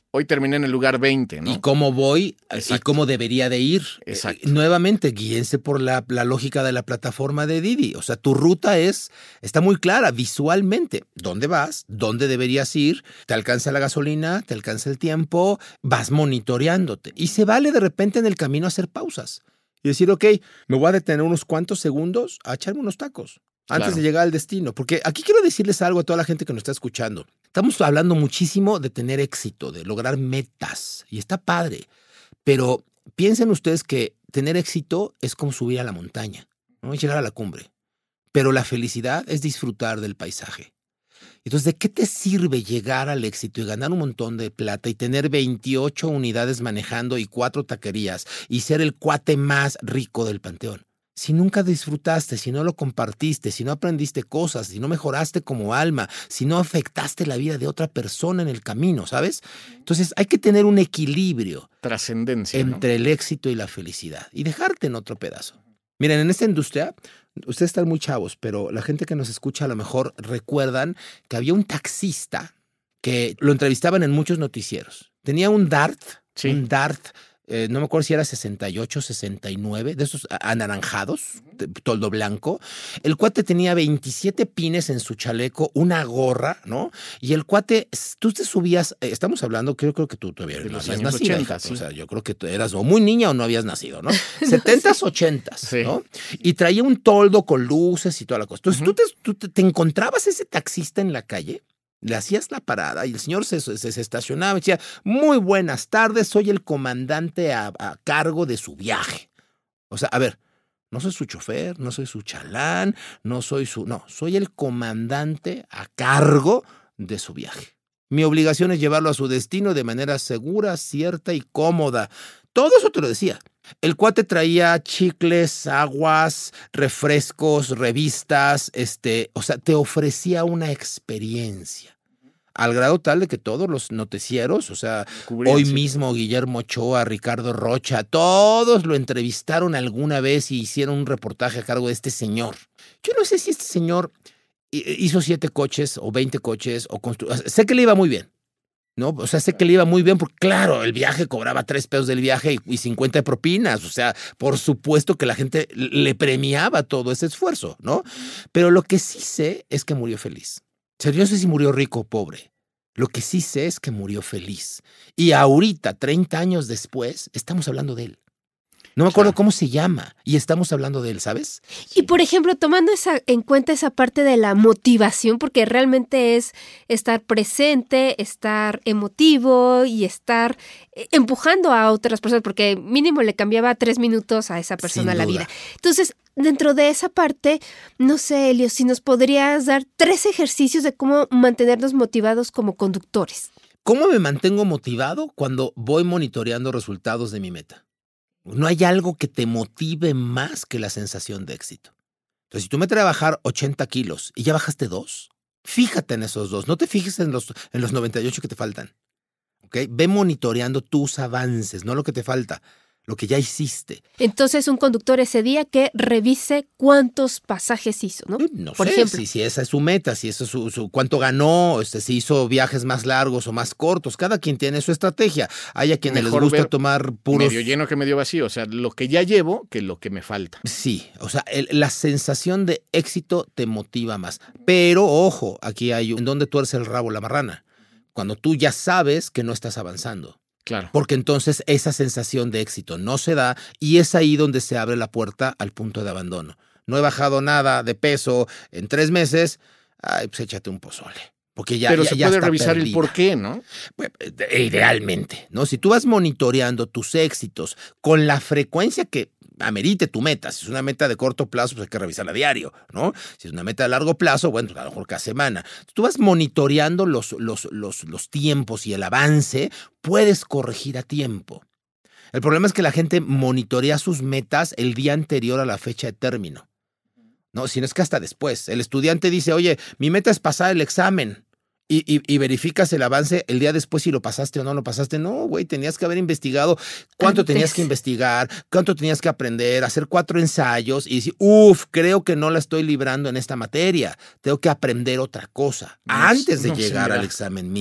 hoy terminé en el lugar veinte, ¿no? Y cómo voy Exacto. y cómo debería de ir. Exacto. Eh, nuevamente, guíense por la, la lógica de la plataforma de Didi. O sea, tu ruta es, está muy clara visualmente. ¿Dónde vas? ¿Dónde deberías ir? ¿Te alcanza la gasolina? ¿Te alcanza el tiempo? Vas monitoreándote. Y se vale de repente en el camino hacer pausas. Y decir, ok, me voy a detener unos cuantos segundos a echarme unos tacos antes Claro. de llegar al destino. Porque aquí quiero decirles algo a toda la gente que nos está escuchando. Estamos hablando muchísimo de tener éxito, de lograr metas. Y está padre. Pero piensen ustedes que tener éxito es como subir a la montaña, ¿no? Es llegar a la cumbre. Pero la felicidad es disfrutar del paisaje. Entonces, ¿de qué te sirve llegar al éxito y ganar un montón de plata y tener veintiocho unidades manejando y cuatro taquerías y ser el cuate más rico del panteón? Si nunca disfrutaste, si no lo compartiste, si no aprendiste cosas, si no mejoraste como alma, si no afectaste la vida de otra persona en el camino, ¿sabes? Entonces, hay que tener un equilibrio Trascendencia, entre ¿no? el éxito y la felicidad y dejarte en otro pedazo. Miren, en esta industria, ustedes están muy chavos, pero la gente que nos escucha a lo mejor recuerdan que había un taxista que lo entrevistaban en muchos noticieros. Tenía un Dart, Sí. un Dart, eh, no me acuerdo si era sesenta y ocho, sesenta y nueve, de esos anaranjados, de toldo blanco. El cuate tenía veintisiete pines en su chaleco, una gorra, ¿no? Y el cuate, tú te subías, eh, estamos hablando, creo, creo que tú todavía De no los habías años nacido. ochenta, hija. sí. O sea, yo creo que tú eras o muy niña o no habías nacido, ¿no? setentas, ochentas, Sí. ¿no? Y traía un toldo con luces y toda la cosa. Entonces, Ujú. tú, te, tú te, te encontrabas ese taxista en la calle, le hacías la parada y el señor se, se, se estacionaba y decía, muy buenas tardes, soy el comandante a, a cargo de su viaje. O sea, a ver, no soy su chofer, no soy su chalán, no soy su... No, soy el comandante a cargo de su viaje. Mi obligación es llevarlo a su destino de manera segura, cierta y cómoda. Todo eso te lo decía. El cuate traía chicles, aguas, refrescos, revistas, este, o sea, te ofrecía una experiencia. Al grado tal de que todos los noticieros, o sea, Cubrían, hoy sí. mismo Guillermo Ochoa, Ricardo Rocha, todos lo entrevistaron alguna vez y hicieron un reportaje a cargo de este señor. Yo no sé si este señor hizo siete coches o veinte coches o construyó. Sé que le iba muy bien. ¿No? O sea, sé que le iba muy bien porque, claro, el viaje cobraba tres pesos del viaje y, y cincuenta de propinas. O sea, por supuesto que la gente le premiaba todo ese esfuerzo, ¿no? Pero lo que sí sé es que murió feliz. O sea, yo no sé si murió rico o pobre. Lo que sí sé es que murió feliz. Y ahorita, treinta años después, estamos hablando de él. No me acuerdo Claro. cómo se llama y estamos hablando de él, ¿sabes? Y por ejemplo, tomando esa, en cuenta esa parte de la motivación, porque realmente es estar presente, estar emotivo y estar eh, empujando a otras personas, porque mínimo le cambiaba tres minutos a esa persona Sin la duda. vida. Entonces, dentro de esa parte, no sé, Elio, si nos podrías dar tres ejercicios de cómo mantenernos motivados como conductores. ¿Cómo me mantengo motivado cuando voy monitoreando resultados de mi meta? No hay algo que te motive más que la sensación de éxito. Entonces, si tú metes a bajar ochenta kilos y ya bajaste dos, fíjate en esos dos. No te fijes en los, en los noventa y ocho que te faltan. ¿Okay? Ve monitoreando tus avances, no lo que te falta, lo que ya hiciste. Entonces, un conductor ese día que revise cuántos pasajes hizo, ¿no? No Por sé ejemplo. si, si esa es su meta, si eso es su, su cuánto ganó, este, si hizo viajes más largos o más cortos. Cada quien tiene su estrategia. Hay a quienes Mejor les gusta ver tomar puros... Medio lleno que medio vacío. O sea, lo que ya llevo que lo que me falta. Sí, o sea, el- la sensación de éxito te motiva más. Pero, ojo, aquí hay un- en donde tuerce el rabo la marrana. Cuando tú ya sabes que no estás avanzando. Claro. Porque entonces esa sensación de éxito no se da y es ahí donde se abre la puerta al punto de abandono. No he bajado nada de peso en tres meses, ay, pues échate un pozole. Porque ya, Pero ya- se ya puede está revisar el perdida. por qué, ¿no? Pues, eh, idealmente, ¿no? Si tú vas monitoreando tus éxitos con la frecuencia que amerite tu meta, si es una meta de corto plazo, pues hay que revisarla a diario, ¿no? Si es una meta de largo plazo, bueno, a lo mejor cada semana. Si tú vas monitoreando los, los, los, los tiempos y el avance, puedes corregir a tiempo. El problema es que la gente monitorea sus metas el día anterior a la fecha de término. No, si no es que hasta después. El estudiante dice, oye, mi meta es pasar el examen. Y, y, y verificas el avance el día después si lo pasaste o no lo pasaste. No, güey, tenías que haber investigado cuánto Antes. tenías que investigar, cuánto tenías que aprender, hacer cuatro ensayos y decir, uff, creo que no la estoy librando en esta materia. Tengo que aprender otra cosa No, antes de no se llegar me al da. examen mismo,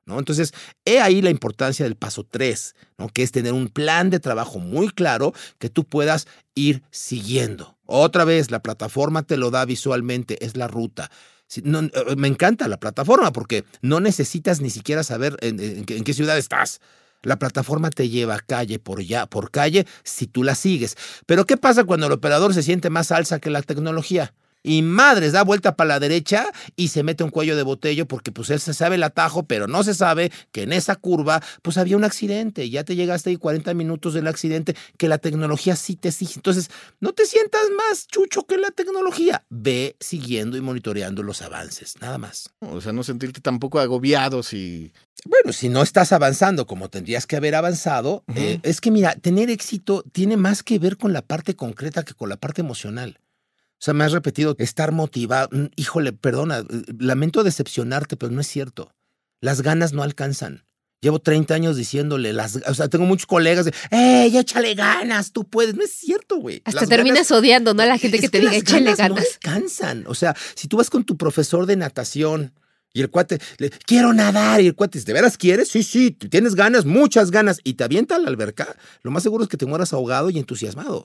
¿no? Entonces, he ahí la importancia del paso tres, ¿no? Que es tener un plan de trabajo muy claro que tú puedas ir siguiendo. Otra vez, la plataforma te lo da visualmente, es la ruta. No, me encanta la plataforma porque no necesitas ni siquiera saber en, en, en qué ciudad estás. La plataforma te lleva calle por, ya, por calle si tú la sigues. Pero ¿qué pasa cuando el operador se siente más alza que la tecnología? Y madres, da vuelta para la derecha y se mete un cuello de botella porque pues él se sabe el atajo, pero no se sabe que en esa curva pues había un accidente y ya te llegaste ahí cuarenta minutos del accidente que la tecnología sí te sigue. Entonces, no te sientas más chucho que la tecnología. Ve siguiendo y monitoreando los avances, nada más. O sea, no sentirte tampoco agobiado si... Bueno, si no estás avanzando como tendrías que haber avanzado, uh-huh. eh, es que mira, tener éxito tiene más que ver con la parte concreta que con la parte emocional. O sea, me has repetido, estar motivado. Híjole, perdona, lamento decepcionarte, pero no es cierto. Las ganas no alcanzan. Llevo treinta años diciéndole, las, o sea, tengo muchos colegas de, ¡ey, échale ganas, tú puedes! No es cierto, güey. Hasta las terminas ganas, odiando, ¿no? A la gente que te diga, échale ganas. No alcanzan. O sea, si tú vas con tu profesor de natación y el cuate, le, quiero nadar, y el cuate, ¿de veras quieres? Sí, sí, tienes ganas, muchas ganas, y te avienta a la alberca, lo más seguro es que te mueras ahogado y entusiasmado.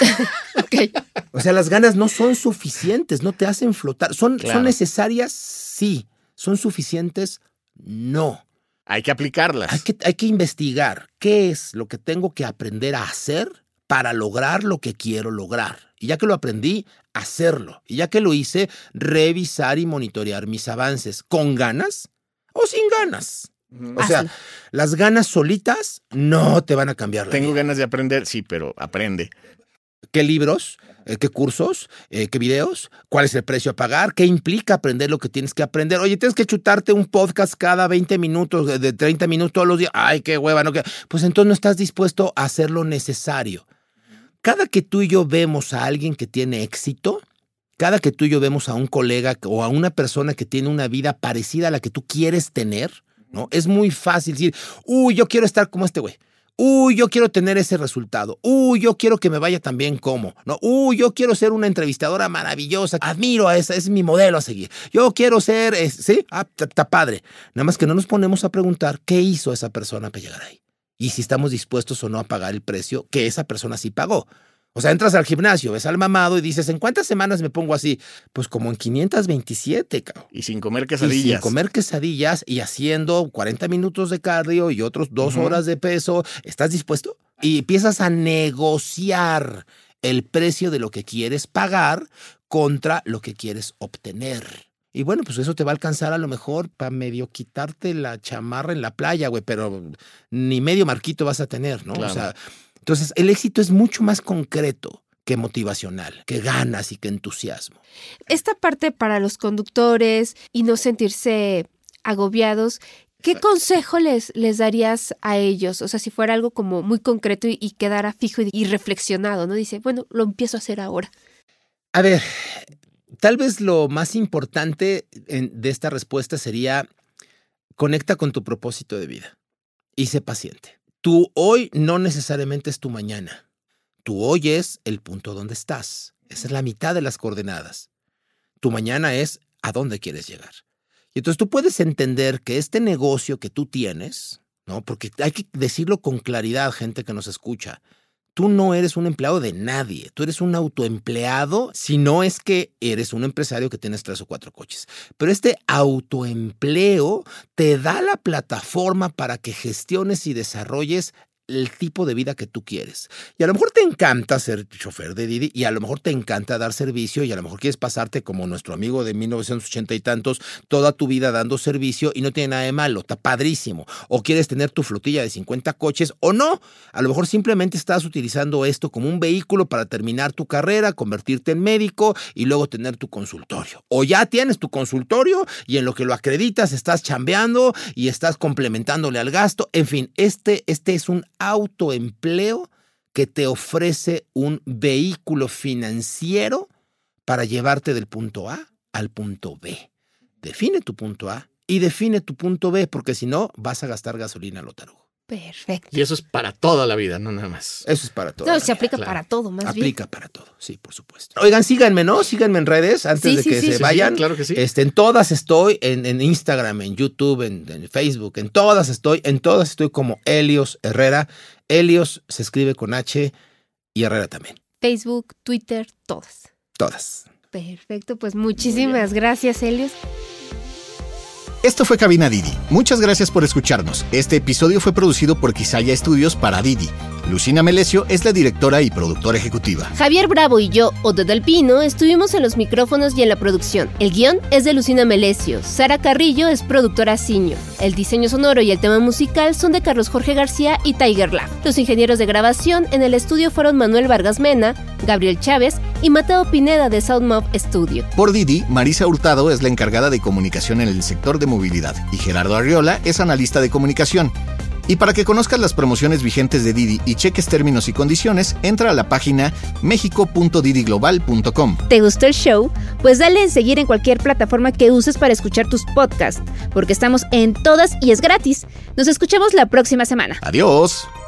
Okay. O sea, las ganas no son suficientes, no te hacen flotar. ¿Son, claro. ¿Son necesarias? Sí. ¿Son suficientes? No. Hay que aplicarlas. Hay que, hay que investigar qué es lo que tengo que aprender a hacer para lograr lo que quiero lograr. Y ya que lo aprendí, hacerlo. Y ya que lo hice, revisar y monitorear mis avances. ¿Con ganas o sin ganas? O sea, Hazlo. Las ganas solitas no te van a cambiar la Tengo vida. ganas de aprender, sí, pero aprende. ¿Qué libros? Eh, ¿Qué cursos? Eh, ¿Qué videos? ¿Cuál es el precio a pagar? ¿Qué implica aprender lo que tienes que aprender? Oye, tienes que chutarte un podcast cada veinte minutos, de, de treinta minutos todos los días. Ay, qué hueva, ¿no? Pues entonces no estás dispuesto a hacer lo necesario. Cada que tú y yo vemos a alguien que tiene éxito, cada que tú y yo vemos a un colega o a una persona que tiene una vida parecida a la que tú quieres tener, ¿no? Es muy fácil decir, uy, yo quiero estar como este güey. Uy, yo quiero tener ese resultado. Uy, yo quiero que me vaya tan bien como. ¿No? Uy, yo quiero ser una entrevistadora maravillosa. Admiro a esa, es mi modelo a seguir. Yo quiero ser, es, ¿sí? Ah, está padre. Nada más que no nos ponemos a preguntar qué hizo esa persona para llegar ahí. Y si estamos dispuestos o no a pagar el precio que esa persona sí pagó. O sea, entras al gimnasio, ves al mamado y dices, ¿en cuántas semanas me pongo así? Pues como en quinientas veintisiete, cabrón. Y sin comer quesadillas. Y sin comer quesadillas y haciendo cuarenta minutos de cardio y otros dos uh-huh. horas de peso. ¿Estás dispuesto? Y empiezas a negociar el precio de lo que quieres pagar contra lo que quieres obtener. Y bueno, pues eso te va a alcanzar a lo mejor para medio quitarte la chamarra en la playa, güey, pero ni medio marquito vas a tener, ¿no? Claro. O sea, entonces el éxito es mucho más concreto que motivacional, que ganas y que entusiasmo. Esta parte para los conductores y no sentirse agobiados, ¿qué consejo les, les darías a ellos? O sea, si fuera algo como muy concreto y, y quedara fijo y, y reflexionado, ¿no? Dice, bueno, lo empiezo a hacer ahora. A ver, tal vez lo más importante en, de esta respuesta sería conecta con tu propósito de vida y sé paciente. Tu hoy no necesariamente es tu mañana. Tu hoy es el punto donde estás. Esa es la mitad de las coordenadas. Tu mañana es a dónde quieres llegar. Y entonces tú puedes entender que este negocio que tú tienes, ¿no? Porque hay que decirlo con claridad, gente que nos escucha. Tú no eres un empleado de nadie. Tú eres un autoempleado, si no es que eres un empresario que tienes tres o cuatro coches. Pero este autoempleo te da la plataforma para que gestiones y desarrolles el tipo de vida que tú quieres. Y a lo mejor te encanta ser chofer de Didi y a lo mejor te encanta dar servicio y a lo mejor quieres pasarte como nuestro amigo de mil novecientos ochenta y tantos toda tu vida dando servicio y no tiene nada de malo, está padrísimo. O quieres tener tu flotilla de cincuenta coches o no. A lo mejor simplemente estás utilizando esto como un vehículo para terminar tu carrera, convertirte en médico y luego tener tu consultorio. O ya tienes tu consultorio y en lo que lo acreditas estás chambeando y estás complementándole al gasto. En fin, este, este es un autoempleo que te ofrece un vehículo financiero para llevarte del punto A al punto B. Define tu punto A y define tu punto B, porque si no vas a gastar gasolina a lo tarugo. Perfecto. Y eso es para toda la vida, no nada más. Eso es para todo. No, se aplica claro. para todo, más bien. Aplica para todo, sí, por supuesto. Oigan, síganme, ¿no? Síganme en redes antes Sí, de sí, que sí. se Sí, vayan. sí, claro que sí. Este, en todas estoy, en, en Instagram, en YouTube, en, en Facebook, en todas estoy, en todas estoy como Helios Herrera. Helios se escribe con H y Herrera también. Facebook, Twitter, todas. Todas. Perfecto, pues muchísimas gracias, Helios. Esto fue Cabina Didi. Muchas gracias por escucharnos. Este episodio fue producido por Quisaya Estudios para Didi. Lucina Melesio es la directora y productora ejecutiva. Javier Bravo y yo, Otto del Pino, estuvimos en los micrófonos y en la producción. El guión es de Lucina Melesio. Sara Carrillo es productora senior. El diseño sonoro y el tema musical son de Carlos Jorge García y Tiger Lab. Los ingenieros de grabación en el estudio fueron Manuel Vargas Mena, Gabriel Chávez y Mateo Pineda de Soundmob Studio. Por Didi, Marisa Hurtado es la encargada de comunicación en el sector de movilidad y Gerardo Arriola es analista de comunicación. Y para que conozcas las promociones vigentes de Didi y cheques términos y condiciones, entra a la página mexico punto didi global punto com. ¿Te gustó el show? Pues dale en seguir en cualquier plataforma que uses para escuchar tus podcasts, porque estamos en todas y es gratis. Nos escuchamos la próxima semana. Adiós.